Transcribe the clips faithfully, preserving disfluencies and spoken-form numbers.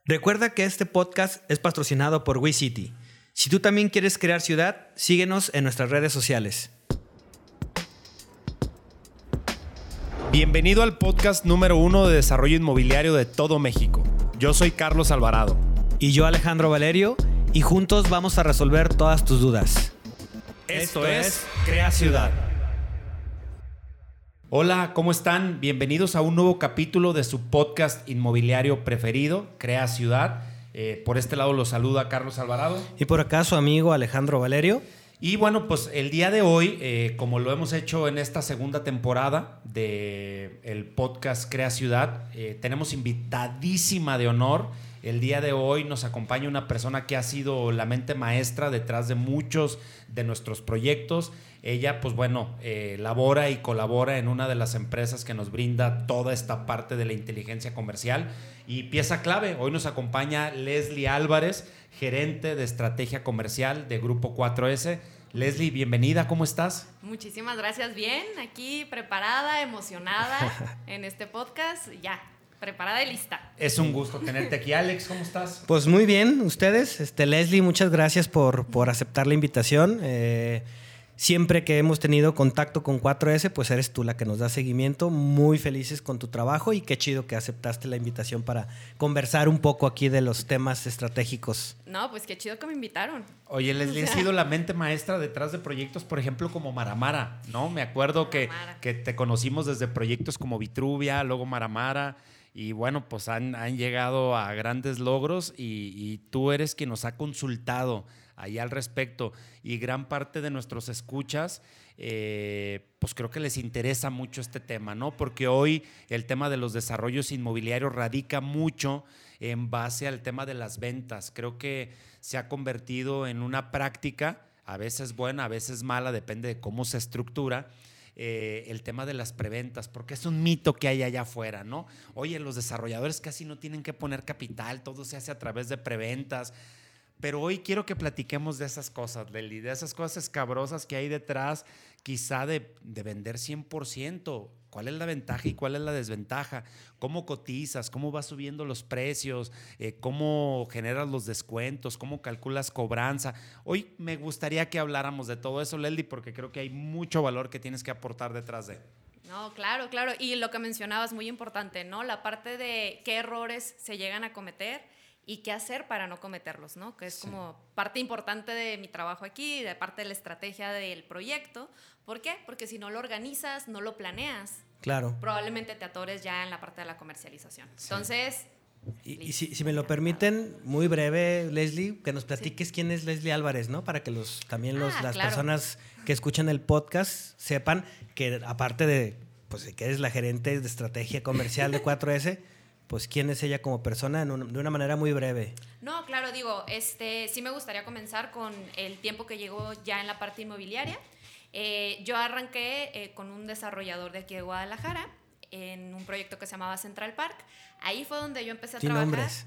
Recuerda que este podcast es patrocinado por WeCity. Si tú también quieres crear ciudad, síguenos en nuestras redes sociales. Bienvenido al podcast número uno de desarrollo inmobiliario de todo México. Yo soy Carlos Alvarado. Y yo, Alejandro Valerio, y juntos vamos a resolver todas tus dudas. Esto es Crea Ciudad. Hola, ¿cómo están? Bienvenidos a un nuevo capítulo de su podcast inmobiliario preferido, Crea Ciudad. Eh, por este lado los saluda Carlos Alvarado. Y por acá su amigo Alejandro Valerio. Y bueno, pues el día de hoy, eh, como lo hemos hecho en esta segunda temporada del podcast Crea Ciudad, eh, tenemos invitadísima de honor. El día de hoy nos acompaña una persona que ha sido la mente maestra detrás de muchos de nuestros proyectos. Ella, pues bueno, eh, labora y colabora en una de las empresas que nos brinda toda esta parte de la inteligencia comercial. Y pieza clave, hoy nos acompaña Leslie Álvarez, gerente de estrategia comercial de Grupo cuatro ese. Leslie, bienvenida, ¿cómo estás? Muchísimas gracias, bien, aquí preparada, emocionada en este podcast, ya, preparada y lista. Es un gusto tenerte aquí. Alex, ¿cómo estás? Pues muy bien, ustedes. Este, Leslie, muchas gracias por, por aceptar la invitación. Eh, Siempre que hemos tenido contacto con cuatro ese, pues eres tú la que nos da seguimiento. Muy felices con tu trabajo y qué chido que aceptaste la invitación para conversar un poco aquí de los temas estratégicos. No, pues qué chido que me invitaron. Oye, Leslie, has sido la mente maestra detrás de proyectos, por ejemplo, como Maramara, ¿no? Me acuerdo que, que te conocimos desde proyectos como Vitruvia, luego Maramara. Y bueno, pues han, han llegado a grandes logros y, y tú eres quien nos ha consultado ahí al respecto. Y gran parte de nuestros escuchas, eh, pues creo que les interesa mucho este tema, ¿no? Porque hoy el tema de los desarrollos inmobiliarios radica mucho en base al tema de las ventas. Creo que se ha convertido en una práctica, a veces buena, a veces mala, depende de cómo se estructura. Eh, el tema de las preventas, porque es un mito que hay allá afuera, ¿no? Oye, los desarrolladores casi no tienen que poner capital, todo se hace a través de preventas. Pero hoy quiero que platiquemos de esas cosas, Leli, de esas cosas escabrosas que hay detrás, quizá de, de vender cien por ciento. ¿Cuál es la ventaja y cuál es la desventaja? ¿Cómo cotizas? ¿Cómo vas subiendo los precios? Eh, ¿Cómo generas los descuentos? ¿Cómo calculas cobranza? Hoy me gustaría que habláramos de todo eso, Leli, porque creo que hay mucho valor que tienes que aportar detrás de. No, claro, claro. Y lo que mencionabas, muy importante, ¿no? La parte de qué errores se llegan a cometer y qué hacer para no cometerlos, ¿no? Que es sí. como parte importante de mi trabajo aquí, de parte de la estrategia del proyecto. ¿Por qué? Porque si no lo organizas, no lo planeas, claro, probablemente te atores ya en la parte de la comercialización. Sí. Entonces... Y, y si, si me lo permiten, muy breve, Leslie, que nos platiques sí. quién es Leslie Álvarez, ¿no? Para que los también los, ah, las claro. personas que escuchan el podcast sepan que aparte de, pues, que eres la gerente de estrategia comercial de cuatro ese, pues quién es ella como persona en un, de una manera muy breve. No, claro, digo, este, sí me gustaría comenzar con el tiempo que llevo ya en la parte inmobiliaria. Eh, yo arranqué eh, con un desarrollador de aquí de Guadalajara en un proyecto que se llamaba Central Park. Ahí fue donde yo empecé a Sin trabajar. Nombres.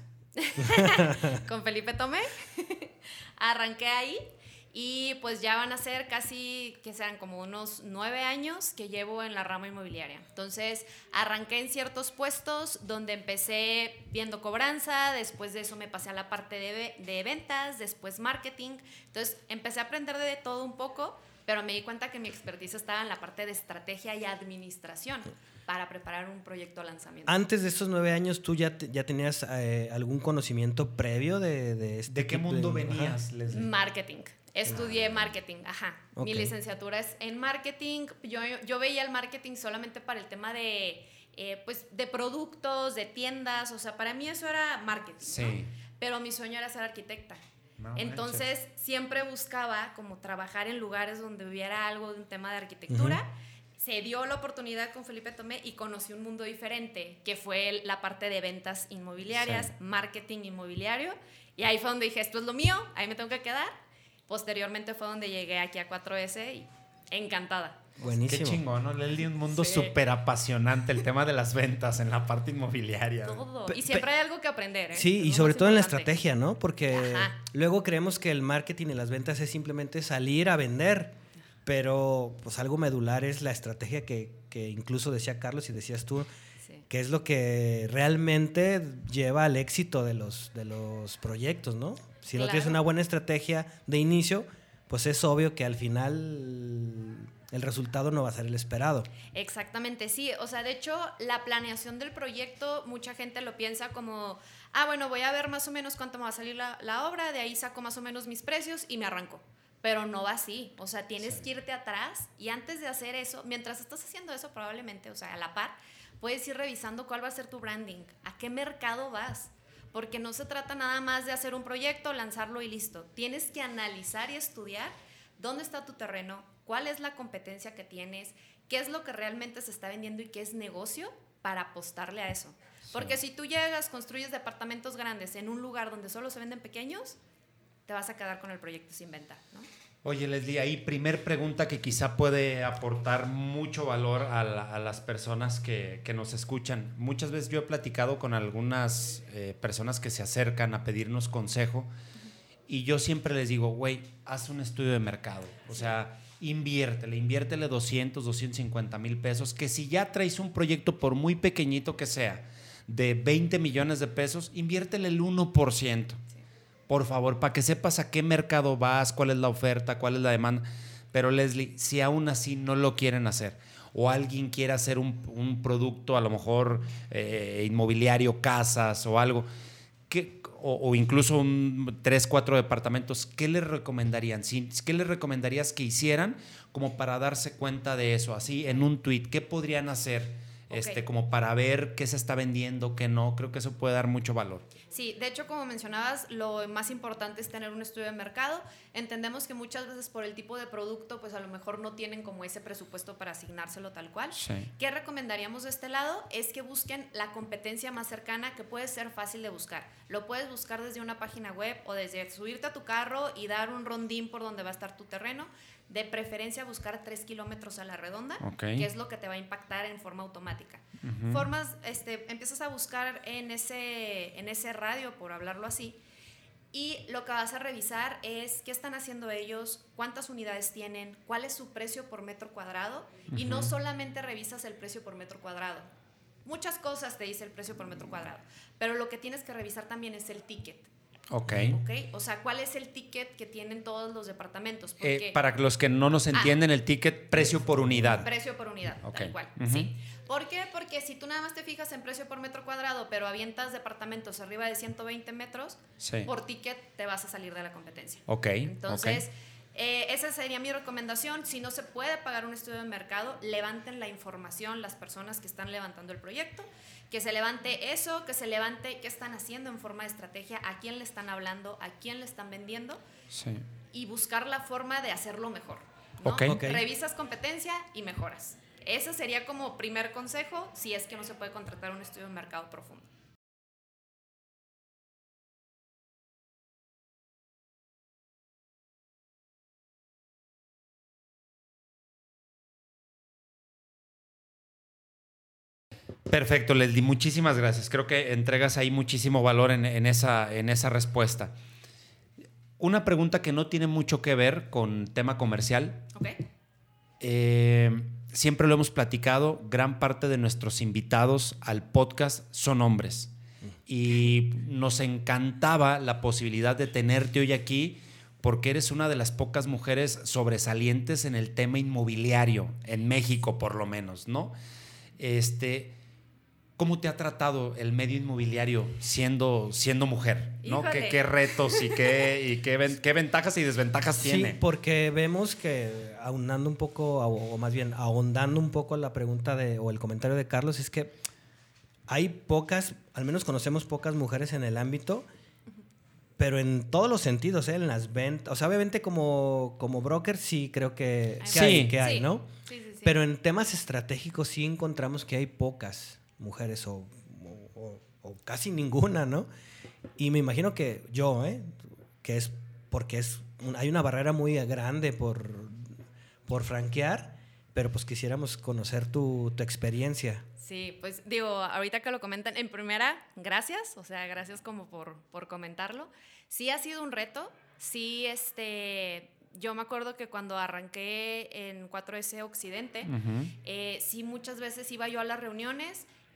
Con Felipe Tomé. Arranqué ahí y pues ya van a ser casi, que sean como unos nueve años que llevo en la rama inmobiliaria. Entonces arranqué en ciertos puestos donde empecé viendo cobranza, después de eso me pasé a la parte de, de ventas, después marketing. Entonces empecé a aprender de todo un poco, pero me di cuenta que mi expertise estaba en la parte de estrategia y administración para preparar un proyecto de lanzamiento. Antes de estos nueve años, ¿tú ya, te, ya tenías eh, algún conocimiento previo de, de este ¿De qué mundo de, venías, Leslie? Marketing. Estudié marketing, ajá. Okay. Mi licenciatura es en marketing. Yo, yo veía el marketing solamente para el tema de, eh, pues, de productos, de tiendas. O sea, para mí eso era marketing, sí. ¿no? Pero mi sueño era ser arquitecta. No, Entonces, manches. siempre buscaba como trabajar en lugares donde hubiera algo de un tema de arquitectura. Uh-huh. Se dio la oportunidad con Felipe Tomé y conocí un mundo diferente, que fue la parte de ventas inmobiliarias, sí. marketing inmobiliario. Y ahí fue donde dije, esto es lo mío, ahí me tengo que quedar. Posteriormente fue donde llegué aquí a cuatro ese y encantada. Buenísimo. Qué chingón, ¿no? Leslie, un mundo súper sí. apasionante, el tema de las ventas en la parte inmobiliaria. Todo. Y siempre hay algo que aprender, ¿eh? Sí, y sobre todo en la estrategia, ¿no? Porque Ajá. luego creemos que el marketing y las ventas es simplemente salir a vender, pero pues algo medular es la estrategia que, que incluso decía Carlos y decías tú. Sí. que es lo que realmente lleva al éxito de los, de los proyectos, ¿no? Si claro. no tienes una buena estrategia de inicio, pues es obvio que al final el resultado no va a ser el esperado. Exactamente, sí. O sea, de hecho, la planeación del proyecto, mucha gente lo piensa como, ah, bueno, voy a ver más o menos cuánto me va a salir la, la obra, de ahí saco más o menos mis precios y me arranco. Pero no va así. O sea, tienes sí. que irte atrás y antes de hacer eso, mientras estás haciendo eso probablemente, o sea, a la par, puedes ir revisando cuál va a ser tu branding, a qué mercado vas. Porque no se trata nada más de hacer un proyecto, lanzarlo y listo. Tienes que analizar y estudiar dónde está tu terreno, cuál es la competencia que tienes, qué es lo que realmente se está vendiendo y qué es negocio para apostarle a eso. Porque sí. si tú llegas, construyes departamentos grandes en un lugar donde solo se venden pequeños, te vas a quedar con el proyecto sin venta, ¿no? Oye, Leslie, ahí primer pregunta que quizá puede aportar mucho valor a, la, a las personas que, que nos escuchan. Muchas veces yo he platicado con algunas eh, personas que se acercan a pedirnos consejo y yo siempre les digo, güey, haz un estudio de mercado. O sea, inviértele, inviértele doscientos, doscientos cincuenta mil pesos, que si ya traes un proyecto, por muy pequeñito que sea, de veinte millones de pesos, inviértele el uno por ciento. Por favor, para que sepas a qué mercado vas, cuál es la oferta, cuál es la demanda. Pero Leslie, si aún así no lo quieren hacer o alguien quiere hacer un, un producto, a lo mejor eh, inmobiliario, casas o algo, ¿qué, o, o incluso un, tres, cuatro departamentos, ¿qué les recomendarían? ¿Qué les recomendarías que hicieran como para darse cuenta de eso? Así, en un tweet, ¿qué podrían hacer okay. este, como para ver qué se está vendiendo, qué no? Creo que eso puede dar mucho valor. Sí, de hecho, como mencionabas, lo más importante es tener un estudio de mercado. Entendemos que muchas veces por el tipo de producto, pues a lo mejor no tienen como ese presupuesto para asignárselo tal cual. Sí. ¿Qué recomendaríamos de este lado? Es que busquen la competencia más cercana, que puede ser fácil de buscar. Lo puedes buscar desde una página web o desde subirte a tu carro y dar un rondín por donde va a estar tu terreno. De preferencia buscar tres kilómetros a la redonda, okay. que es lo que te va a impactar en forma automática. Uh-huh. Formas, este, empiezas a buscar en ese, en ese radio, por hablarlo así, y lo que vas a revisar es qué están haciendo ellos, cuántas unidades tienen, cuál es su precio por metro cuadrado, uh-huh. y no solamente revisas el precio por metro cuadrado. Muchas cosas te dice el precio por metro cuadrado, pero lo que tienes que revisar también es el ticket. Okay. ok. O sea, ¿cuál es el ticket que tienen todos los departamentos? Porque, eh, para los que no nos entienden, ah, el ticket, precio por unidad. Precio por unidad, okay. tal cual, uh-huh. sí. ¿Por qué? Porque si tú nada más te fijas en precio por metro cuadrado, pero avientas departamentos arriba de ciento veinte metros, sí. por ticket te vas a salir de la competencia. Ok. Entonces, okay. Eh, esa sería mi recomendación. Si no se puede pagar un estudio de mercado, levanten la información las personas que están levantando el proyecto, que se levante eso, que se levante qué están haciendo en forma de estrategia, a quién le están hablando, a quién le están vendiendo, sí. y buscar la forma de hacerlo mejor, ¿no? Okay. Okay. Revisas competencia y mejoras. Ese sería como primer consejo si es que no se puede contratar un estudio de mercado profundo. Perfecto, Leslie, muchísimas gracias. Creo que entregas ahí muchísimo valor en, en, esa, en esa respuesta. Una pregunta que no tiene mucho que ver con tema comercial. Okay. Eh, siempre lo hemos platicado, gran parte de nuestros invitados al podcast son hombres. Y nos encantaba la posibilidad de tenerte hoy aquí porque eres una de las pocas mujeres sobresalientes en el tema inmobiliario, en México por lo menos, ¿no? Este... ¿Cómo te ha tratado el medio inmobiliario siendo, siendo mujer? ¿No? ¿Qué, ¿Qué retos y, qué, y qué, ven, qué ventajas y desventajas tiene? Sí, porque vemos que aunando un poco, o más bien ahondando un poco la pregunta de, o el comentario de Carlos, es que hay pocas, al menos conocemos pocas mujeres en el ámbito, pero en todos los sentidos, ¿eh? En las ventas. O sea, obviamente como, como broker sí creo que, que sí. hay, que hay, sí. ¿no? Sí, sí, sí. Pero en temas estratégicos sí encontramos que hay pocas mujeres o, o, o casi ninguna, ¿no? Y me imagino que yo, ¿eh? Que es porque es un, hay una barrera muy grande por, por franquear, pero pues quisiéramos conocer tu, tu experiencia. Sí, pues digo, ahorita que lo comentan, en primera, gracias, o sea, gracias como por, por comentarlo. Sí ha sido un reto, sí, este... Yo me acuerdo que cuando arranqué en cuatro ese Occidente, uh-huh. eh, sí muchas veces iba yo a las reuniones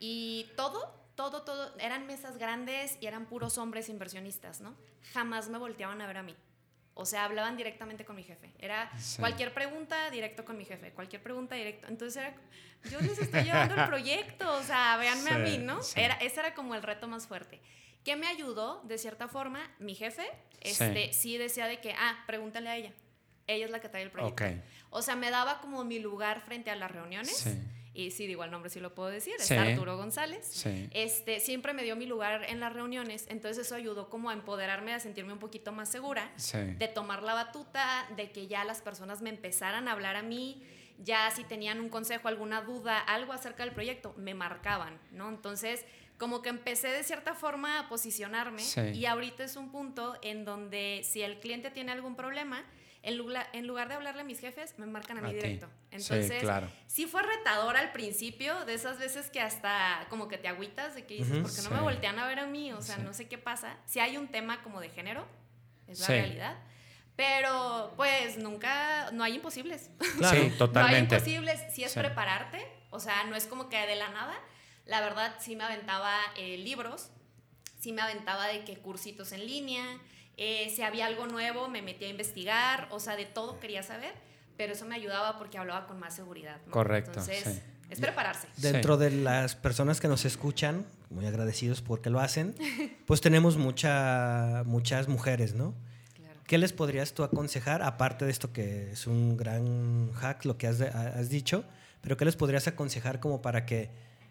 Y todo, todo, todo, eran mesas grandes y eran puros hombres inversionistas, ¿no? Jamás me volteaban a ver a mí. O sea, hablaban directamente con mi jefe. Era sí. cualquier pregunta, directo con mi jefe. Cualquier pregunta, directo. Entonces era, yo les estoy llevando el proyecto. O sea, véanme sí, a mí, ¿no? Sí. Era, ese era como el reto más fuerte. ¿Qué me ayudó? De cierta forma, mi jefe este, sí. sí decía de que, ah, pregúntale a ella. Ella es la que trae el proyecto. Okay. O sea, me daba como mi lugar frente a las reuniones. Sí. Y sí, digo el nombre, sí lo puedo decir, sí. es Arturo González. Sí. Este, siempre me dio mi lugar en las reuniones, entonces eso ayudó como a empoderarme, a sentirme un poquito más segura, sí. de tomar la batuta, de que ya las personas me empezaran a hablar a mí, ya si tenían un consejo, alguna duda, algo acerca del proyecto, me marcaban, ¿no? Entonces, como que empecé de cierta forma a posicionarme sí. y ahorita es un punto en donde si el cliente tiene algún problema, En lugar, en lugar de hablarle a mis jefes, me marcan a mí a directo. Entonces, sí, claro. sí fue retador al principio, de esas veces que hasta como que te agüitas, de que dices, uh-huh, ¿por qué no sí. me voltean a ver a mí? O sea, sí. no sé qué pasa. Si hay un tema como de género, es la sí. realidad. Pero, pues, nunca, no hay imposibles. Claro. Sí, totalmente. No hay imposibles, si es sí. prepararte, o sea, no es como que de la nada. La verdad, sí me aventaba eh, libros, sí me aventaba de que cursitos en línea. Eh, si había algo nuevo, me metía a investigar, o sea, de todo quería saber, pero eso me ayudaba porque hablaba con más seguridad, ¿no? Correcto. Entonces, sí. es prepararse. Dentro sí. de las personas que nos escuchan, muy agradecidos porque lo hacen, pues tenemos mucha, muchas mujeres, ¿no? Claro. ¿Qué les podrías tú aconsejar, aparte de esto que es un gran hack, lo que has, has dicho, pero qué les podrías aconsejar como para que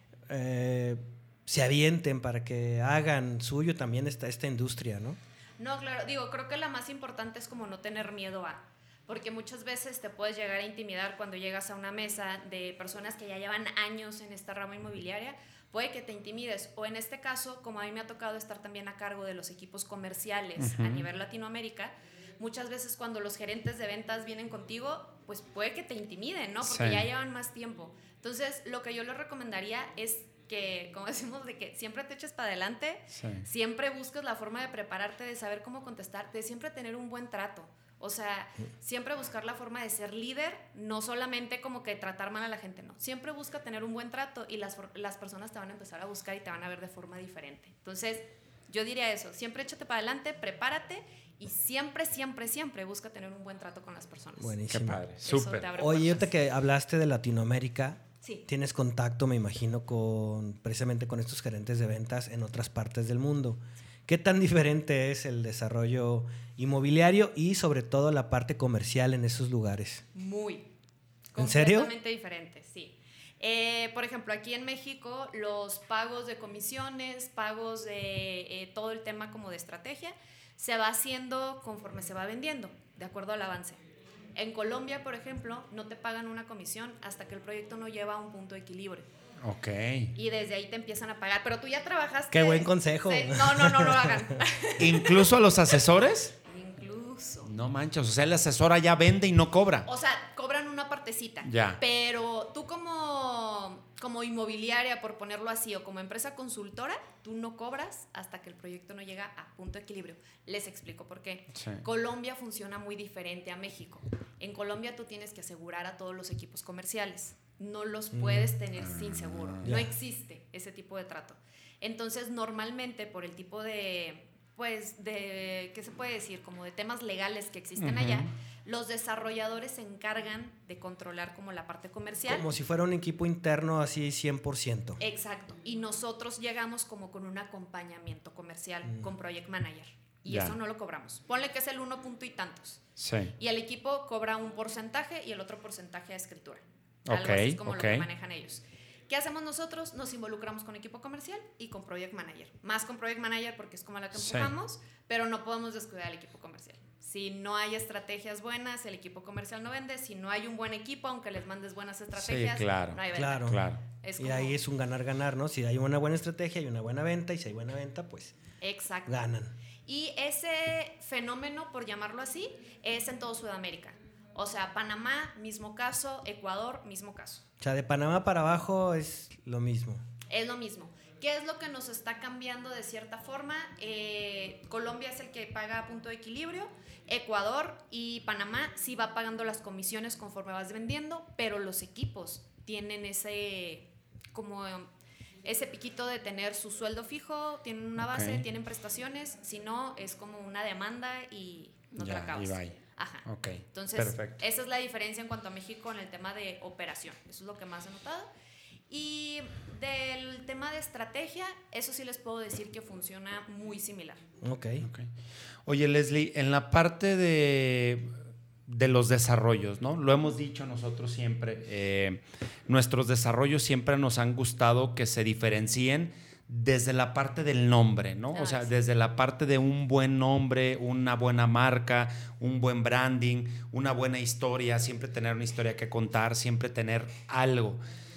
eh, se avienten, para que hagan suyo también esta, esta industria, ¿no? No, claro, digo, creo que la más importante es como no tener miedo a, porque muchas veces te puedes llegar a intimidar cuando llegas a una mesa de personas que ya llevan años en esta rama inmobiliaria, puede que te intimides, o en este caso, como a mí me ha tocado estar también a cargo de los equipos comerciales uh-huh. a nivel Latinoamérica, muchas veces cuando los gerentes de ventas vienen contigo, pues puede que te intimiden, ¿no? Porque sí. ya llevan más tiempo. Entonces, lo que yo les recomendaría es que, como decimos, de que siempre te eches para adelante, sí. siempre busques la forma de prepararte, de saber cómo contestar, de siempre tener un buen trato. O sea, siempre buscar la forma de ser líder, no solamente como que tratar mal a la gente, no. Siempre busca tener un buen trato y las, las personas te van a empezar a buscar y te van a ver de forma diferente. Entonces, yo diría eso, siempre échate para adelante, prepárate y siempre, siempre, siempre busca tener un buen trato con las personas. Buenísimo. Qué padre, súper. Oye, ahorita que hablaste de Latinoamérica, sí. tienes contacto, me imagino, con precisamente con estos gerentes de ventas en otras partes del mundo. ¿Qué tan diferente es el desarrollo inmobiliario y sobre todo la parte comercial en esos lugares? Muy. ¿En serio? Completamente diferente, sí. Eh, por ejemplo, aquí en México, los pagos de comisiones, pagos de eh, todo el tema como de estrategia, se va haciendo conforme se va vendiendo, de acuerdo al avance. En Colombia, por ejemplo, no te pagan una comisión hasta que el proyecto no lleva a un punto de equilibrio. Ok. Y desde ahí te empiezan a pagar. Pero tú ya trabajaste. ¡Qué buen consejo! Sí. No, no, no, no lo hagan. ¿Incluso a los asesores? Incluso. No manches, o sea, la asesora ya vende y no cobra. O sea, cobran una partecita. Ya. Pero tú como, como inmobiliaria, por ponerlo así, o como empresa consultora, tú no cobras hasta que el proyecto no llega a punto de equilibrio. Les explico por qué. Sí. Colombia funciona muy diferente a México. En Colombia tú tienes que asegurar a todos los equipos comerciales. No los puedes tener mm. sin seguro. No existe ese tipo de trato. Entonces, normalmente, por el tipo de, pues, de, ¿qué se puede decir? Como de temas legales que existen uh-huh. allá, los desarrolladores se encargan de controlar como la parte comercial. Como si fuera un equipo interno así cien por ciento. Exacto. Y nosotros llegamos como con un acompañamiento comercial mm. con Project Manager. Y ya. Eso no lo cobramos. Ponle que es el uno punto y tantos. Sí. Y el equipo cobra un porcentaje y el otro porcentaje a escritura. Algo okay, así es como okay. lo que manejan ellos. ¿Qué hacemos nosotros? Nos involucramos con equipo comercial y con Project Manager. Más con Project Manager porque es como la que empujamos, sí. pero no podemos descuidar al equipo comercial. Si no hay estrategias buenas, el equipo comercial no vende. Si no hay un buen equipo, aunque les mandes buenas estrategias, sí, claro, no hay venta. Claro, claro. Es como... Y ahí es un ganar-ganar, ¿no? Si hay una buena estrategia, hay una buena venta, y si hay buena venta, pues exacto. ganan. Y ese fenómeno, por llamarlo así, es en todo Sudamérica. O sea, Panamá, mismo caso, Ecuador, mismo caso. O sea, de Panamá para abajo es lo mismo. Es lo mismo. ¿Qué es lo que nos está cambiando de cierta forma? Eh, Colombia es el que paga a punto de equilibrio, Ecuador y Panamá sí va pagando las comisiones conforme vas vendiendo, pero los equipos tienen ese como ese piquito de tener su sueldo fijo, tienen una base, okay. tienen prestaciones, si no, es como una demanda y no ya, te la acabas. Y bye. Ajá. Okay. Entonces, perfecto. Esa es la diferencia en cuanto a México en el tema de operación. Eso es lo que más he notado. Y del tema de estrategia, eso sí les puedo decir que funciona muy similar. Ok. okay. Oye, Leslie, en la parte de, de los desarrollos, ¿no? Lo hemos dicho nosotros siempre, eh, nuestros desarrollos siempre nos han gustado que se diferencien desde la parte del nombre, ¿no? Ah, o sea, sí. desde la parte de un buen nombre, una buena marca, un buen branding, una buena historia, siempre tener una historia que contar, siempre tener algo.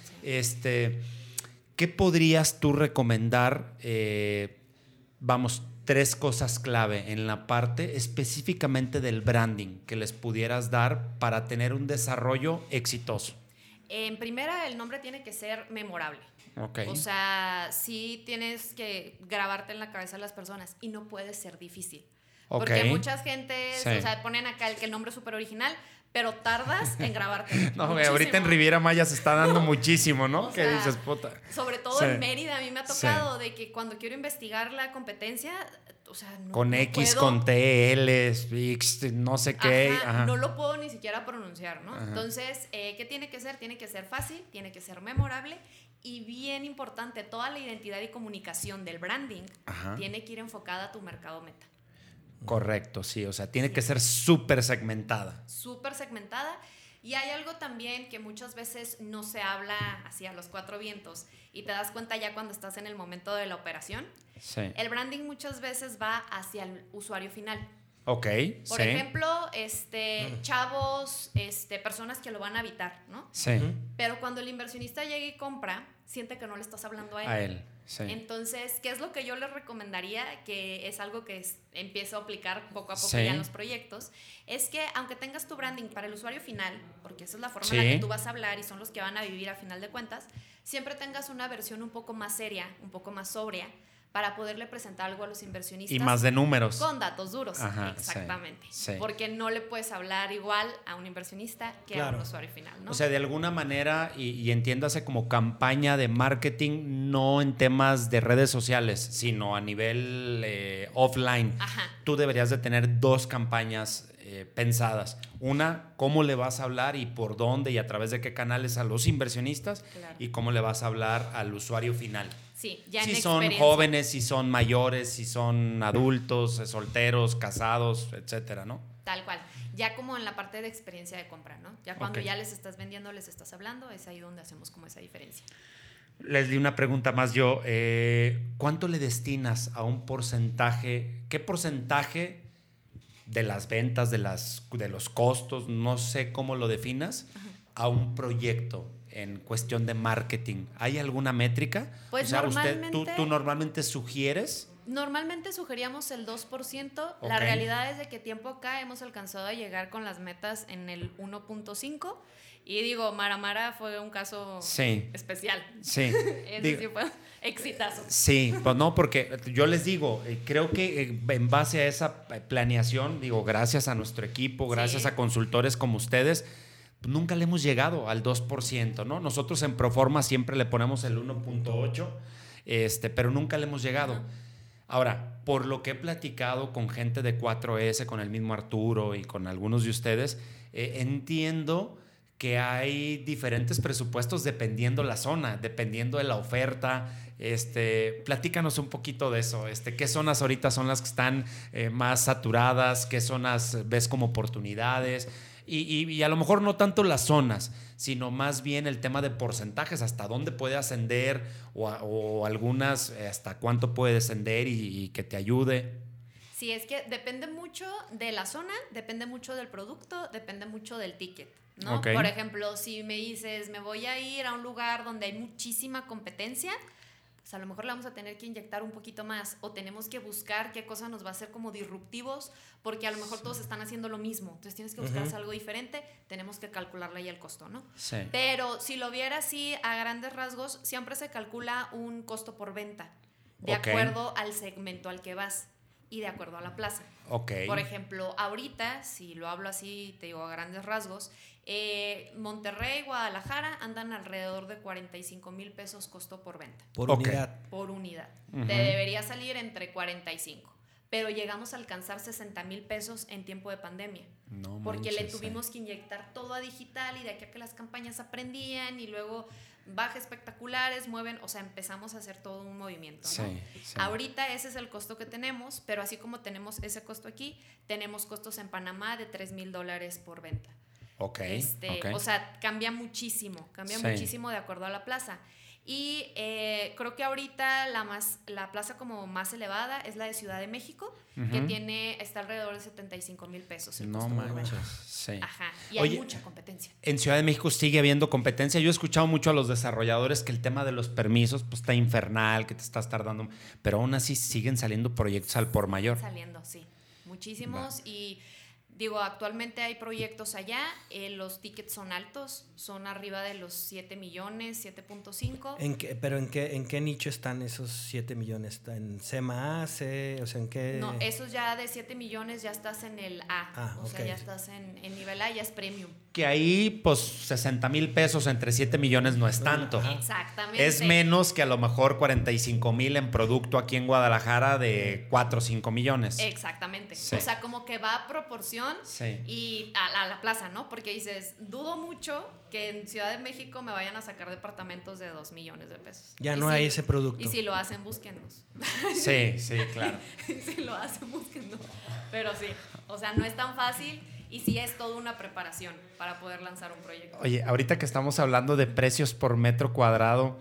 Este, ¿qué podrías tú recomendar? Eh, vamos, tres cosas clave en la parte específicamente del branding que les pudieras dar para tener un desarrollo exitoso. En primera, el nombre tiene que ser memorable. Okay. O sea, sí tienes que grabarte en la cabeza a las personas y no puede ser difícil. Okay. Porque muchas gentes, sí. o sea, ponen acá el que el nombre es súper original, pero tardas en grabarte. No, güey, ahorita en Riviera Maya se está dando muchísimo, ¿no? O ¿Qué sea, dices, puta? Sobre todo sí. en Mérida, a mí me ha tocado sí. de que cuando quiero investigar la competencia, o sea, no Con no X, puedo. con T, L, X, no sé qué. Ajá, ajá. No lo puedo ni siquiera pronunciar, ¿no? Ajá. Entonces, eh, ¿qué tiene que ser? Tiene que ser fácil, tiene que ser memorable y bien importante, toda la identidad y comunicación del branding Ajá. tiene que ir enfocada a tu mercado meta. Correcto, sí, o sea, tiene sí. que ser súper segmentada. Súper segmentada. Y hay algo también que muchas veces no se habla así a los cuatro vientos y te das cuenta ya cuando estás en el momento de la operación. Sí. El branding muchas veces va hacia el usuario final. Ok, Por sí. ejemplo, este, chavos, este, personas que lo van a habitar, ¿no? Sí. Pero cuando el inversionista llega y compra, siente que no le estás hablando a él. A él, sí. Entonces, ¿qué es lo que yo les recomendaría? Que es algo que es, empiezo a aplicar poco a poco sí. ya en los proyectos. Es que aunque tengas tu branding para el usuario final, porque esa es la forma sí. en la que tú vas a hablar y son los que van a vivir a final de cuentas, siempre tengas una versión un poco más seria, un poco más sobria, para poderle presentar algo a los inversionistas. Y más de números. Con datos duros. Ajá, exactamente. Sí, sí. Porque no le puedes hablar igual a un inversionista que claro. a un usuario final, ¿no? O sea, de alguna manera, y, y entiéndase como campaña de marketing, no en temas de redes sociales, sino a nivel eh, offline. Ajá. Tú deberías de tener dos campañas eh, pensadas. Una, cómo le vas a hablar y por dónde y a través de qué canales a los inversionistas, claro. y cómo le vas a hablar al usuario final. Sí, ya si en son jóvenes, si son mayores, si son adultos, solteros, casados, etcétera, ¿no? Tal cual. Ya como en la parte de experiencia de compra, ¿no? Ya cuando okay. ya les estás vendiendo, les estás hablando, es ahí donde hacemos como esa diferencia. Les di una pregunta más yo. Eh, ¿Cuánto le destinas a un porcentaje? ¿Qué porcentaje de las ventas, de, las, de los costos, no sé cómo lo definas, Ajá. a un proyecto? En cuestión de marketing, ¿hay alguna métrica? Pues o sea, normalmente, usted, ¿tú, ¿tú normalmente sugieres? Normalmente sugeríamos el dos por ciento. Okay. La realidad es de que tiempo acá hemos alcanzado a llegar con las metas en el uno punto cinco. Y digo, Mara Mara fue un caso sí. especial. Sí. Ese digo, sí fue exitazo. Sí, pues no, porque yo les digo, creo que en base a esa planeación, digo, gracias a nuestro equipo, gracias sí. a consultores como ustedes, nunca le hemos llegado al dos por ciento, ¿no? Nosotros en Proforma siempre le ponemos el uno punto ocho, este, pero nunca le hemos llegado. Uh-huh. Ahora, por lo que he platicado con gente de cuatro ese, con el mismo Arturo y con algunos de ustedes, eh, entiendo que hay diferentes presupuestos dependiendo la zona, dependiendo de la oferta. Este, platícanos un poquito de eso. Este, ¿qué zonas ahorita son las que están eh, más saturadas? ¿Qué zonas ves como oportunidades? Y, y, y a lo mejor no tanto las zonas, sino más bien el tema de porcentajes, hasta dónde puede ascender o, o algunas hasta cuánto puede descender y, y que te ayude. Sí, es que depende mucho de la zona, depende mucho del producto, depende mucho del ticket, ¿no? Okay. Por ejemplo, si me dices, me voy a ir a un lugar donde hay muchísima competencia, pues a lo mejor le vamos a tener que inyectar un poquito más o tenemos que buscar qué cosa nos va a hacer como disruptivos porque a lo mejor sí. todos están haciendo lo mismo. Entonces tienes que buscar uh-huh. algo diferente, tenemos que calcularle ahí el costo, ¿no? Sí. Pero si lo viera así a grandes rasgos, siempre se calcula un costo por venta de okay. acuerdo al segmento al que vas. y de acuerdo a la plaza. Okay. Por ejemplo, ahorita, si lo hablo así, te digo a grandes rasgos, eh, Monterrey, Guadalajara andan alrededor de cuarenta y cinco mil pesos costo por venta. Por okay. unidad. Por unidad. Uh-huh. Te debería salir entre cuarenta y cinco. Pero llegamos a alcanzar sesenta mil pesos en tiempo de pandemia. No porque manches, le tuvimos eh. que inyectar todo a digital y de aquí a que las campañas aprendían y luego bajas espectaculares, mueven, o sea, empezamos a hacer todo un movimiento, ¿no? Sí, sí. Ahorita ese es el costo que tenemos, pero así como tenemos ese costo aquí, tenemos costos en Panamá de tres mil dólares por venta. Ok, Este, okay. O sea, cambia muchísimo, cambia sí. muchísimo de acuerdo a la plaza. Y eh, creo que ahorita la, más, la plaza como más elevada es la de Ciudad de México, uh-huh. que tiene, está alrededor de setenta y cinco mil pesos. El no manches, sí. Ajá, y Oye, hay mucha competencia. En Ciudad de México sigue habiendo competencia. Yo he escuchado mucho a los desarrolladores que el tema de los permisos pues está infernal, que te estás tardando, pero aún así siguen saliendo proyectos al por mayor. Siguen saliendo, sí, muchísimos. Va. Y digo, actualmente hay proyectos allá, eh, los tickets son altos, son arriba de los siete millones, siete punto cinco. ¿En qué, pero en qué, en qué nicho están esos siete millones? ¿Está en C M A, C? O sea, ¿en qué? No, esos ya de siete millones ya estás en el A, ah, o okay. sea, ya estás en, en nivel A, ya es premium. Que ahí, pues, sesenta mil pesos entre siete millones no es tanto. Ajá. Exactamente. Es menos que a lo mejor cuarenta y cinco mil en producto aquí en Guadalajara de cuatro o cinco millones. Exactamente. Sí. O sea, como que va a proporción sí. y a la, a la plaza, ¿no? Porque dices, dudo mucho que en Ciudad de México me vayan a sacar departamentos de dos millones de pesos. Ya y no si, hay ese producto. Y si lo hacen, búsquennos. Sí, sí, claro. Si lo hacen, búsquennos. Pero sí, o sea, no es tan fácil. Y sí es toda una preparación para poder lanzar un proyecto. Oye, ahorita que estamos hablando de precios por metro cuadrado,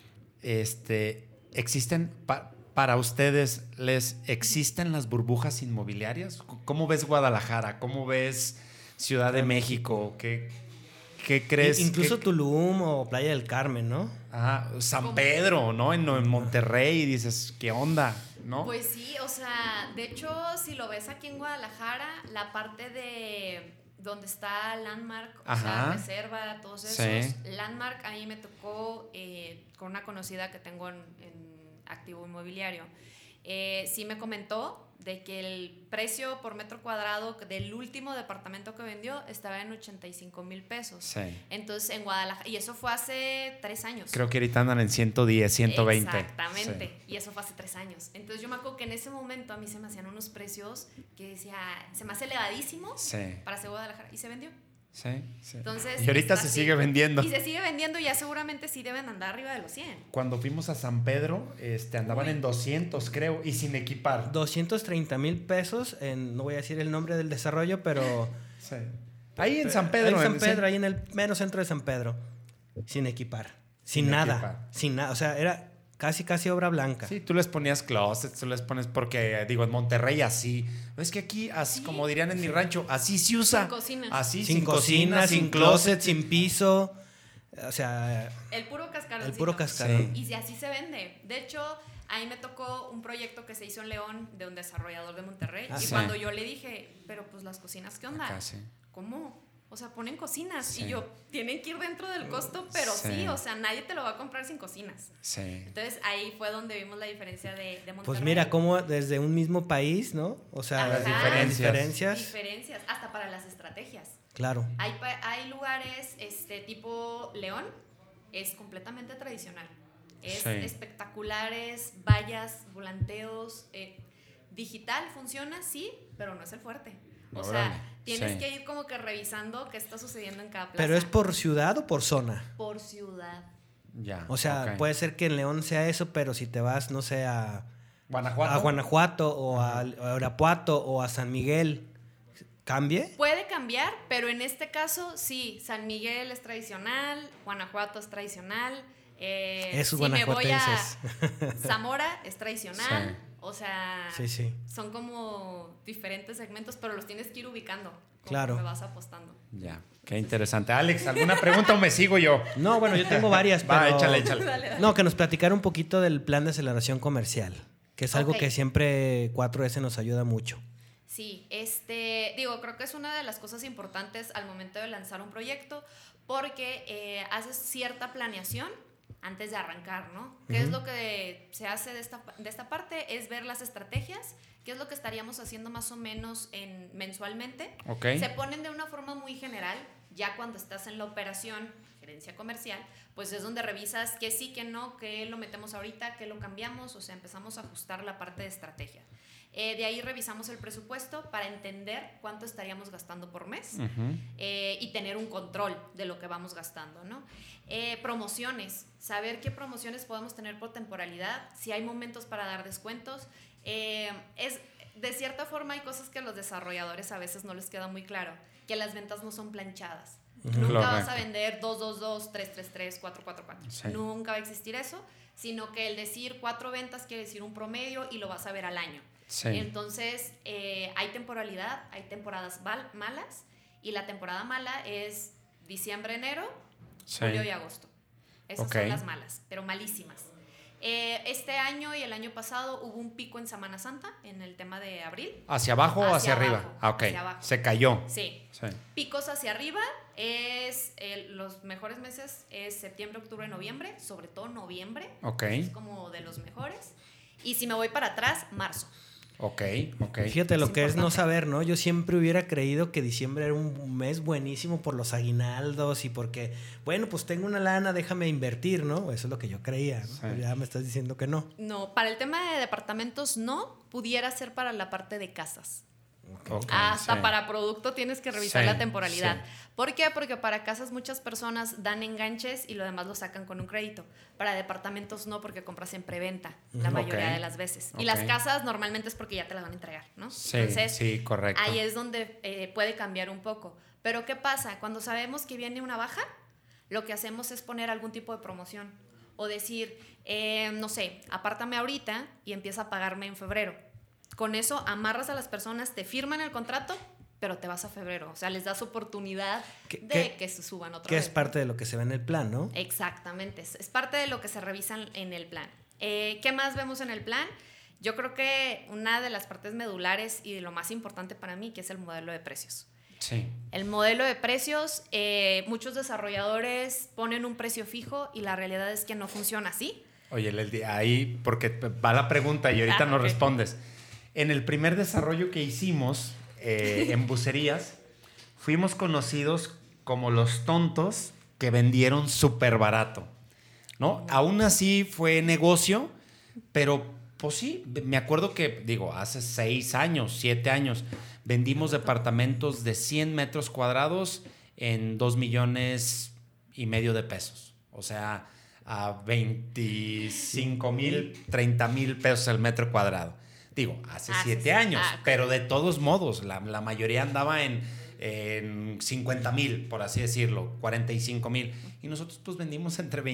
este, ¿existen pa- para ustedes, les existen las burbujas inmobiliarias? ¿Cómo ves Guadalajara? ¿Cómo ves Ciudad de México? ¿Qué, qué crees? Incluso ¿Qué, Tulum o Playa del Carmen, ¿no? Ah, San Pedro, ¿no? En, en Monterrey, dices, ¿qué onda? ¿No? Pues sí, o sea, de hecho, si lo ves aquí en Guadalajara, la parte de donde está Landmark, o Ajá. sea, Reserva, todos esos, sí. Landmark a mí me tocó eh, con una conocida que tengo en, en activo inmobiliario. Eh, sí me comentó de que el precio por metro cuadrado del último departamento que vendió estaba en ochenta y cinco mil pesos. Sí. Entonces en Guadalajara, y eso fue hace tres años. Creo que ahorita andan en ciento diez, ciento veinte. Exactamente, sí. Y eso fue hace tres años. Entonces yo me acuerdo que en ese momento a mí se me hacían unos precios que decía, se me hace elevadísimo sí. para hacer Guadalajara, y se vendió. Sí, sí. Entonces, y ahorita se así. sigue vendiendo. Y se sigue vendiendo y ya seguramente sí deben andar arriba de los cien. Cuando fuimos a San Pedro, este, andaban Uy. en doscientos, creo, y sin equipar. doscientos treinta mil pesos, en, no voy a decir el nombre del desarrollo, pero... Sí. Ahí en San Pedro. Ahí en San en, Pedro, sí. ahí en el mero centro de San Pedro. Sin equipar. Sin, Sin nada. equipar. Sin nada. O sea, era casi, casi obra blanca. Sí, tú les ponías closets, tú les pones, porque digo, en Monterrey así. Es que aquí, así, Sí. como dirían en mi rancho, así se usa. Sin cocina. Así, sin, sin, cocina, cocina, sin closet, sin piso. O sea, El puro cascarón. el puro cascarón. Sí. Y si así se vende. De hecho, ahí me tocó un proyecto que se hizo en León de un desarrollador de Monterrey. Ah, y sí. cuando yo le dije, pero pues las cocinas, ¿qué onda? Acá, sí. ¿Cómo? O sea, ponen cocinas. Sí. Y yo, tienen que ir dentro del costo, pero sí. Sí. o sea, nadie te lo va a comprar sin cocinas. Sí. Entonces ahí fue donde vimos la diferencia de, de Monterrey. Pues mira, cómo desde un mismo país, ¿no? O sea, Ajá. las diferencias. diferencias. Diferencias, hasta para las estrategias. Claro. Hay, pa- hay lugares este, tipo León, es completamente tradicional. Es Sí. espectaculares, vallas, volanteos. Eh, digital funciona, sí, pero no es el fuerte. O Órale, sea, tienes sí. que ir como que revisando qué está sucediendo en cada plaza. ¿Pero es por ciudad o por zona? Por ciudad. Ya. O sea, ok. puede ser que en León sea eso, pero si te vas, no sé, a Guanajuato. a Guanajuato o a, a Irapuato o a San Miguel, ¿cambie? Puede cambiar, pero en este caso sí, San Miguel es tradicional, Guanajuato es tradicional. Eh, Esos si me voy a guanajuatenses. Zamora es tradicional. Sí. O sea, Sí, sí. son como diferentes segmentos, pero los tienes que ir ubicando. Claro. Me vas apostando. Ya. Qué interesante. Alex, ¿alguna pregunta o me sigo yo? No, bueno, yo tengo varias, pero... Va, échale, échale. Dale, dale. No, que nos platicara un poquito del plan de aceleración comercial, que es algo Ok. que siempre cuatro ese nos ayuda mucho. Sí, este, digo, creo que es una de las cosas importantes al momento de lanzar un proyecto, porque eh, haces cierta planeación antes de arrancar, ¿no? ¿Qué Ujú. es lo que se hace de esta, de esta parte? Es ver las estrategias ¿Qué es lo que estaríamos haciendo más o menos en, mensualmente? Okay. Se ponen de una forma muy general. Ya cuando estás en la operación, gerencia comercial, pues es donde revisas qué sí, qué no, qué lo metemos ahorita, qué lo cambiamos, o sea, empezamos a ajustar la parte de estrategia. Eh, de ahí revisamos el presupuesto para entender cuánto estaríamos gastando por mes uh-huh. eh, y tener un control de lo que vamos gastando, ¿no? Eh, promociones, saber qué promociones podemos tener por temporalidad, si hay momentos para dar descuentos. Eh, es, de cierta forma hay cosas que a los desarrolladores a veces no les queda muy claro, que las ventas no son planchadas. Uh-huh. Nunca Correcto. Vas a vender dos dos dos, tres tres tres, cuatro cuatro cuatro. Sí. Nunca va a existir eso, sino que el decir cuatro ventas quiere decir un promedio y lo vas a ver al año. Sí. Entonces, eh, hay temporalidad, hay temporadas mal, malas, y la temporada mala es diciembre, enero, sí. julio y agosto. Esas okay. son las malas, pero malísimas. Eh, este año y el año pasado hubo un pico en Semana Santa, en el tema de abril. ¿Hacia abajo o hacia, hacia arriba? Abajo, ah, ok. Hacia abajo. Se cayó. Sí. sí. Picos hacia arriba, es eh, los mejores meses es septiembre, octubre, noviembre, sobre todo noviembre. Ok. Es como de los mejores. Y si me voy para atrás, marzo. Ok, ok. Fíjate lo es que importante. Es no saber, ¿no? Yo siempre hubiera creído que diciembre era un mes buenísimo por los aguinaldos y porque, bueno, pues tengo una lana, déjame invertir, ¿no? Eso es lo que yo creía, ¿no? Sí. Pero ya me estás diciendo que no. No, para el tema de departamentos no, pudiera ser para la parte de casas. Okay, Hasta sí. para producto tienes que revisar sí, la temporalidad. Sí. ¿Por qué? Porque para casas muchas personas dan enganches y lo demás lo sacan con un crédito. Para departamentos no, porque compras en preventa la okay. mayoría de las veces. Okay. Y las casas normalmente es porque ya te las van a entregar, ¿no? Sí, Entonces, sí, correcto. Ahí es donde eh, puede cambiar un poco. Pero ¿qué pasa? Cuando sabemos que viene una baja, lo que hacemos es poner algún tipo de promoción. O decir, eh, no sé, apártame ahorita y empieza a pagarme en febrero. Con eso amarras a las personas, te firman el contrato, pero te vas a febrero. O sea, les das oportunidad ¿Qué, de qué, que se suban otra que vez. Que es parte de lo que se ve en el plan, ¿no? Exactamente. Es, es parte de lo que se revisa en el plan. Eh, ¿Qué más vemos en el plan? Yo creo que una de las partes medulares y de lo más importante para mí, que es el modelo de precios. Sí. El modelo de precios, eh, muchos desarrolladores ponen un precio fijo y la realidad es que no funciona así. Oye, Leslie, ahí, porque va la pregunta y ahorita ah, no okay. respondes. En el primer desarrollo que hicimos eh, en Bucerías, fuimos conocidos como los tontos que vendieron súper barato, ¿no? Aún así fue negocio, pero pues sí, me acuerdo que, digo, hace seis años, siete años, vendimos departamentos de cien metros cuadrados en dos millones y medio de pesos. O sea, a veinticinco mil, treinta mil pesos el metro cuadrado. Digo, hace ah, siete sí, años, ah, pero de todos modos, la, la mayoría andaba en, en cincuenta mil, por así decirlo, cuarenta y cinco mil. Y nosotros pues vendimos entre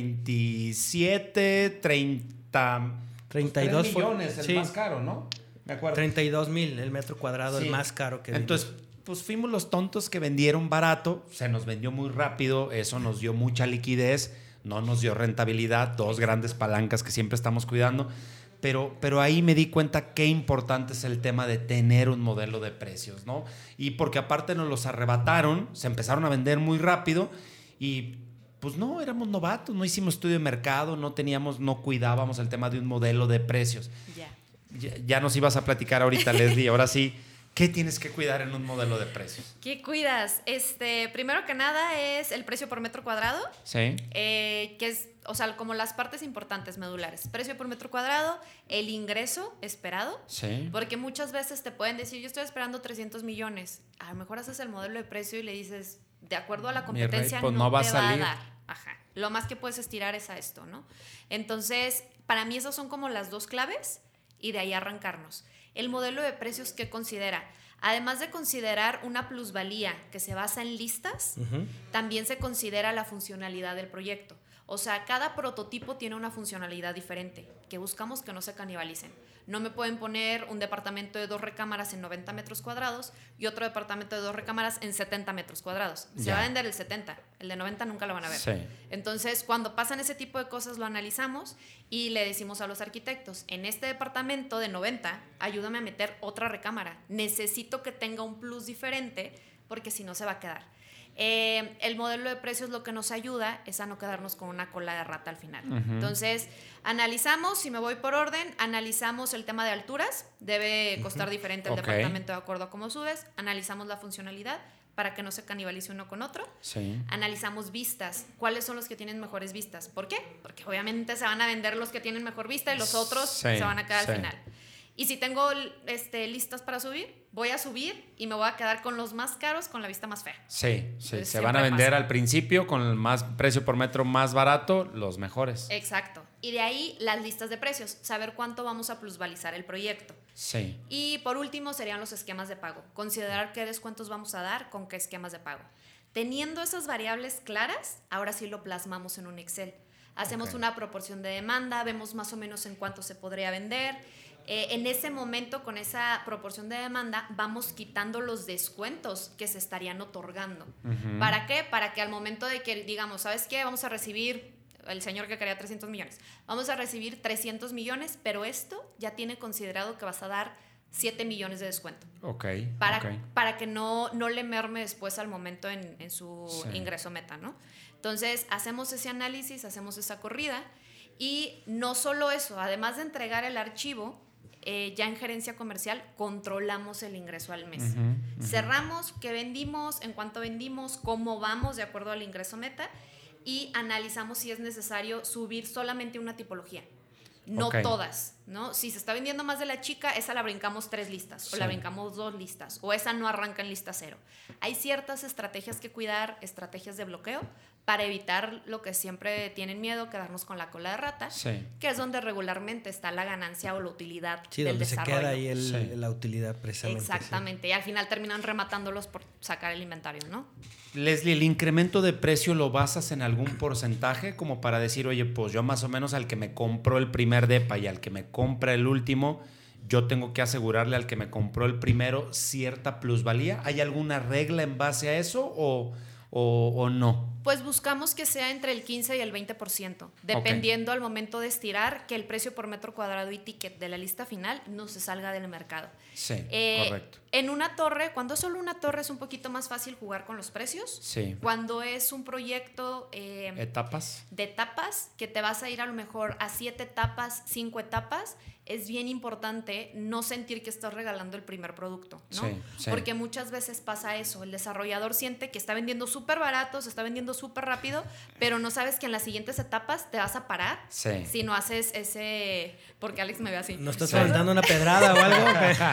veintisiete, treinta, treinta y dos millones, el sí. más caro, ¿no? Me acuerdo. treinta y dos mil el metro cuadrado, sí. el más caro que Entonces, vimos. Pues fuimos los tontos que vendieron barato, se nos vendió muy rápido, eso nos dio mucha liquidez, no nos dio rentabilidad, dos grandes palancas que siempre estamos cuidando. Pero, pero ahí me di cuenta qué importante es el tema de tener un modelo de precios, ¿no? Y porque aparte nos los arrebataron, se empezaron a vender muy rápido y pues no, éramos novatos, no hicimos estudio de mercado, no teníamos, no cuidábamos el tema de un modelo de precios. Yeah. Ya, ya nos ibas a platicar ahorita, Leslie, ahora sí. ¿Qué tienes que cuidar en un modelo de precios? ¿Qué cuidas? Este, primero que nada es el precio por metro cuadrado. Sí. Eh, que es, o sea, como las partes importantes medulares. Precio por metro cuadrado, el ingreso esperado. Sí. Porque muchas veces te pueden decir, yo estoy esperando trescientos millones. A lo mejor haces el modelo de precio y le dices, de acuerdo a la competencia, rey, pues no, no va te a salir. va a dar. Ajá. Lo más que puedes estirar es a esto, ¿no? Entonces, para mí esas son como las dos claves y de ahí arrancarnos. El modelo de precios que considera, además de considerar una plusvalía que se basa en listas, uh-huh. también se considera la funcionalidad del proyecto. O sea, cada prototipo tiene una funcionalidad diferente, que buscamos que no se canibalicen. No me pueden poner un departamento de dos recámaras en noventa metros cuadrados y otro departamento de dos recámaras en setenta metros cuadrados. Se yeah. va a vender el setenta, el de noventa nunca lo van a ver. Sí. Entonces, cuando pasan ese tipo de cosas, lo analizamos y le decimos a los arquitectos, en este departamento de noventa, ayúdame a meter otra recámara. Necesito que tenga un plus diferente porque si no se va a quedar. Eh, el modelo de precios lo que nos ayuda es a no quedarnos con una cola de rata al final. Uh-huh. Entonces, analizamos, si me voy por orden, analizamos el tema de alturas, debe costar uh-huh. diferente el okay. departamento de acuerdo a cómo subes, analizamos la funcionalidad para que no se canibalice uno con otro. Sí. Analizamos vistas, cuáles son los que tienen mejores vistas. ¿Por qué? Porque obviamente se van a vender los que tienen mejor vista y los otros sí, se van a quedar sí. al final. Y si tengo este, listas para subir, voy a subir y me voy a quedar con los más caros con la vista más fea. Sí, sí. Se van a vender pasa. Al principio con el más precio por metro más barato, los mejores. Exacto. Y de ahí las listas de precios, saber cuánto vamos a plusvalizar el proyecto. Sí. Y por último serían los esquemas de pago. Considerar qué descuentos vamos a dar con qué esquemas de pago. Teniendo esas variables claras, ahora sí lo plasmamos en un Excel. Hacemos okay. una proporción de demanda, vemos más o menos en cuánto se podría vender. Eh, en ese momento, con esa proporción de demanda, vamos quitando los descuentos que se estarían otorgando. Uh-huh. ¿Para qué? Para que al momento de que digamos, ¿sabes qué? Vamos a recibir, el señor que quería trescientos millones, vamos a recibir trescientos millones, pero esto ya tiene considerado que vas a dar siete millones de descuento. Ok. Para, okay. para que no, no le merme después al momento en, en su sí. ingreso meta, ¿no? Entonces, hacemos ese análisis, hacemos esa corrida y no solo eso, además de entregar el archivo, Eh, ya en gerencia comercial controlamos el ingreso al mes. Uh-huh, uh-huh. Cerramos qué vendimos, en cuánto vendimos, cómo vamos de acuerdo al ingreso meta y analizamos si es necesario subir solamente una tipología. No okay. todas, ¿no? Si se está vendiendo más de la chica, esa la brincamos tres listas sí. o la brincamos dos listas o esa no arranca en lista cero. Hay ciertas estrategias que cuidar, estrategias de bloqueo para evitar lo que siempre tienen miedo, quedarnos con la cola de rata, sí. que es donde regularmente está la ganancia o la utilidad sí, del donde desarrollo. Se queda ahí el, sí. la utilidad precisamente. Exactamente, sí. y al final terminan rematándolos por sacar el inventario, ¿no? Leslie, ¿el incremento de precio lo basas en algún porcentaje? Como para decir, oye, pues yo más o menos al que me compró el primer depa y al que me compra el último, yo tengo que asegurarle al que me compró el primero cierta plusvalía. ¿Hay alguna regla en base a eso o, o, o no? Pues buscamos que sea entre el quince y el veinte por ciento, dependiendo okay. al momento de estirar que el precio por metro cuadrado y ticket de la lista final no se salga del mercado. Sí, eh, correcto. En una torre, cuando es solo una torre es un poquito más fácil jugar con los precios. Sí. Cuando es un proyecto eh, etapas. de etapas, que te vas a ir a lo mejor a siete etapas, cinco etapas, es bien importante no sentir que estás regalando el primer producto, ¿no? Sí, sí. Porque muchas veces pasa eso, el desarrollador siente que está vendiendo súper barato, se está vendiendo súper rápido, pero no sabes que en las siguientes etapas te vas a parar sí. si no haces ese... Porque Alex me ve así. ¿No estás aventando una pedrada o algo?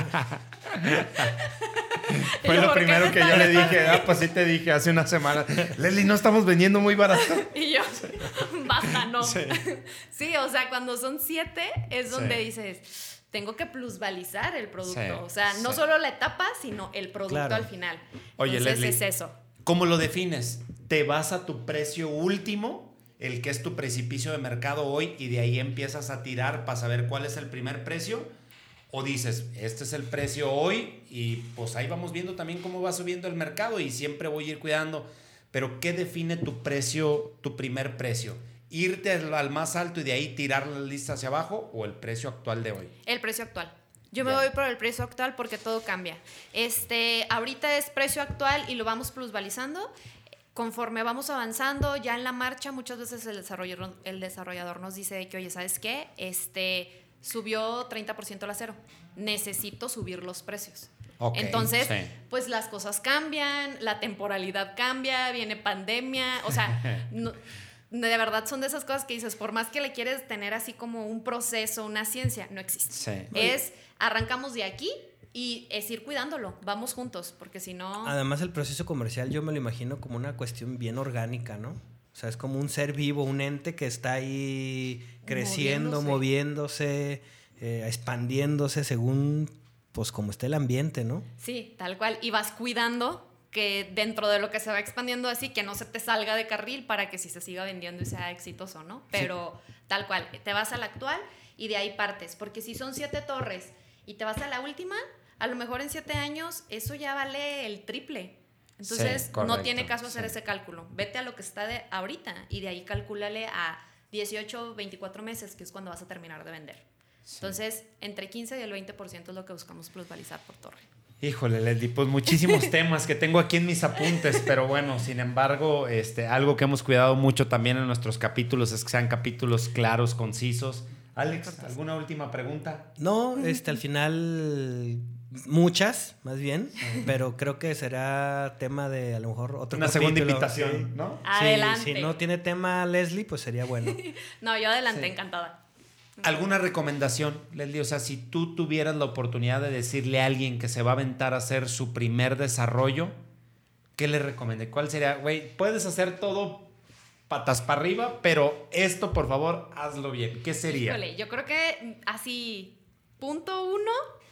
Fue lo primero que yo le dije, ah, pues sí te dije hace una semana, Leslie, ¿no estamos vendiendo muy barato? Y yo, basta, no. Sí. sí, o sea, cuando son siete es donde sí. dices, tengo que plusvalizar el producto. Sí, o sea, no sí. solo la etapa, sino el producto claro. al final. Oye, Entonces Leslie, es eso. ¿Cómo lo defines? ¿Te vas a tu precio último, el que es tu precipicio de mercado hoy, y de ahí empiezas a tirar para saber cuál es el primer precio? ¿O dices, este es el precio hoy y pues ahí vamos viendo también cómo va subiendo el mercado y siempre voy a ir cuidando? Pero ¿qué define tu precio, tu primer precio? ¿Irte al más alto y de ahí tirar la lista hacia abajo o el precio actual de hoy? El precio actual. Yo me yeah. voy por el precio actual porque todo cambia. Este, ahorita es precio actual y lo vamos plusvalizando. Conforme vamos avanzando, ya en la marcha, muchas veces el desarrollador, el desarrollador nos dice que, oye, ¿sabes qué? Este... subió treinta por ciento el acero. Necesito subir los precios. Okay, Entonces, sí. pues las cosas cambian, la temporalidad cambia, viene pandemia. O sea, no, de verdad son de esas cosas que dices, por más que le quieres tener así como un proceso, una ciencia, no existe. Sí. Es, arrancamos de aquí y es ir cuidándolo. Vamos juntos, porque si no... Además, el proceso comercial yo me lo imagino como una cuestión bien orgánica, ¿no? O sea, es como un ser vivo, un ente que está ahí creciendo, moviéndose, moviéndose eh, expandiéndose según, pues, como esté el ambiente, ¿no? Sí, tal cual. Y vas cuidando que dentro de lo que se va expandiendo así, que no se te salga de carril para que sí se siga vendiendo y sea exitoso, ¿no? Pero sí. tal cual, te vas a la actual y de ahí partes. Porque si son siete torres y te vas a la última, a lo mejor en siete años eso ya vale el triple. Entonces, sí, no tiene caso hacer sí. ese cálculo. Vete a lo que está de ahorita y de ahí calcúlale a dieciocho, veinticuatro meses, que es cuando vas a terminar de vender. Sí. Entonces, entre quince y el veinte por ciento es lo que buscamos plusvalizar por torre. Híjole, Leslie, pues muchísimos temas que tengo aquí en mis apuntes, pero bueno, sin embargo, este, algo que hemos cuidado mucho también en nuestros capítulos es que sean capítulos claros, concisos. Alex, ¿alguna última pregunta? No, este, al final muchas, más bien, pero creo que será tema de a lo mejor otro Una capítulo. segunda invitación, ¿sí? ¿No? Adelante. Sí, si no tiene tema Leslie, pues sería bueno. No, yo adelante, Sí. encantada. ¿Alguna recomendación, Leslie? O sea, si tú tuvieras la oportunidad de decirle a alguien que se va a aventar a hacer su primer desarrollo, ¿qué le recomendé? ¿Cuál sería? Güey, puedes hacer todo patas para arriba, pero esto, por favor, hazlo bien. ¿Qué sería? Híjole, yo creo que así, punto uno,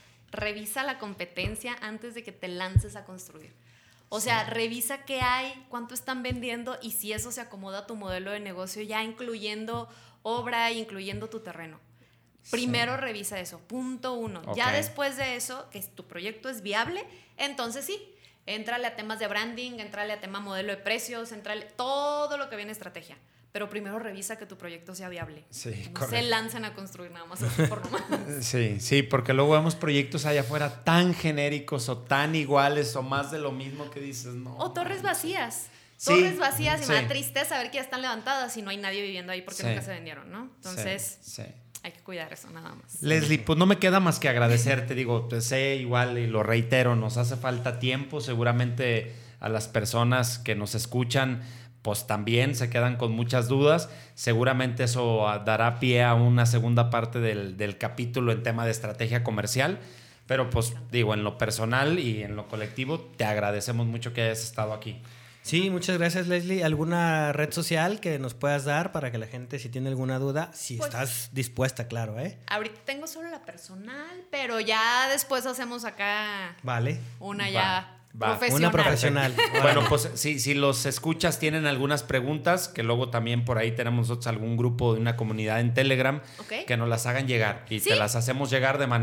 revisa la competencia antes de que te lances a construir. O sí. sea, revisa qué hay, cuánto están vendiendo y si eso se acomoda a tu modelo de negocio, ya incluyendo obra, incluyendo tu terreno. Primero sí. revisa eso, punto uno. Okay. Ya después de eso, que tu proyecto es viable, entonces sí, éntrale a temas de branding, éntrale a tema modelo de precios, éntrale todo lo que viene estrategia. Pero primero revisa que tu proyecto sea viable. Sí, no correcto. se lancen a construir nada más así por nomás. Sí, sí, porque luego vemos proyectos allá afuera tan genéricos o tan iguales o más de lo mismo que dices, no. O torres man. vacías. Sí, torres vacías y sí. me da tristeza ver que ya están levantadas y no hay nadie viviendo ahí porque sí. nunca se vendieron, ¿no? Entonces, sí, sí. hay que cuidar eso nada más. Leslie, pues no me queda más que agradecerte. Digo, te sé igual y lo reitero, nos hace falta tiempo. Seguramente a las personas que nos escuchan, pues también se quedan con muchas dudas. Seguramente eso dará pie a una segunda parte del, del capítulo en tema de estrategia comercial. Pero pues digo, en lo personal y en lo colectivo, te agradecemos mucho que hayas estado aquí. Sí, muchas gracias, Leslie. ¿Alguna red social que nos puedas dar para que la gente, si tiene alguna duda, si pues, estás dispuesta, claro, ¿eh? Ahorita tengo solo la personal, pero ya después hacemos acá vale. una ya Va, va. profesional. Una profesional. Bueno, pues si, si los escuchas tienen algunas preguntas, que luego también por ahí tenemos nosotros algún grupo de una comunidad en Telegram, okay. que nos las hagan llegar y ¿Sí? te las hacemos llegar de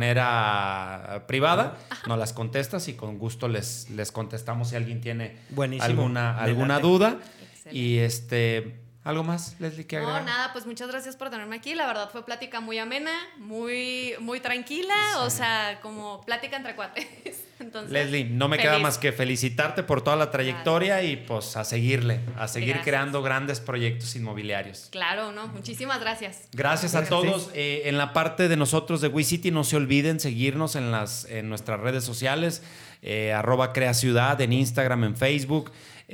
manera privada, Ajá. nos las contestas y con gusto les, les contestamos si alguien tiene Buenísimo. alguna, alguna duda. Excelente. Y este... ¿Algo más, Leslie, que agregar? No, nada, pues muchas gracias por tenerme aquí. La verdad fue plática muy amena, muy, muy tranquila, sí. o sea, como plática entre cuates. Entonces, Leslie, no me feliz. queda más que felicitarte por toda la trayectoria claro. y pues a seguirle, a seguir gracias. creando grandes proyectos inmobiliarios. Claro, ¿no? Muchísimas gracias. Gracias a todos. Eh, en la parte de nosotros de WeCity, no se olviden seguirnos en, las, en nuestras redes sociales, eh, arroba Crea Ciudad, en Instagram, en Facebook.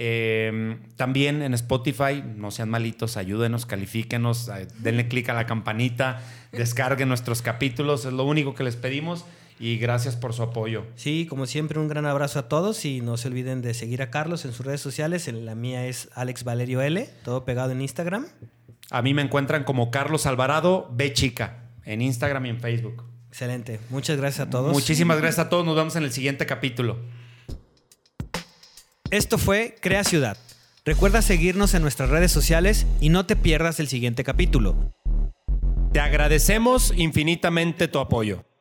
Eh, también en Spotify, no sean malitos, ayúdenos, califíquenos, eh, denle clic a la campanita, descarguen nuestros capítulos, es lo único que les pedimos y gracias por su apoyo. Sí, como siempre, un gran abrazo a todos y no se olviden de seguir a Carlos en sus redes sociales. En la mía es Alex Valerio L, todo pegado en Instagram. A mí me encuentran como Carlos Alvarado B Chica en Instagram y en Facebook. Excelente, muchas gracias a todos. Muchísimas gracias a todos, nos vemos en el siguiente capítulo. Esto fue Crea Ciudad. Recuerda seguirnos en nuestras redes sociales y no te pierdas el siguiente capítulo. Te agradecemos infinitamente tu apoyo.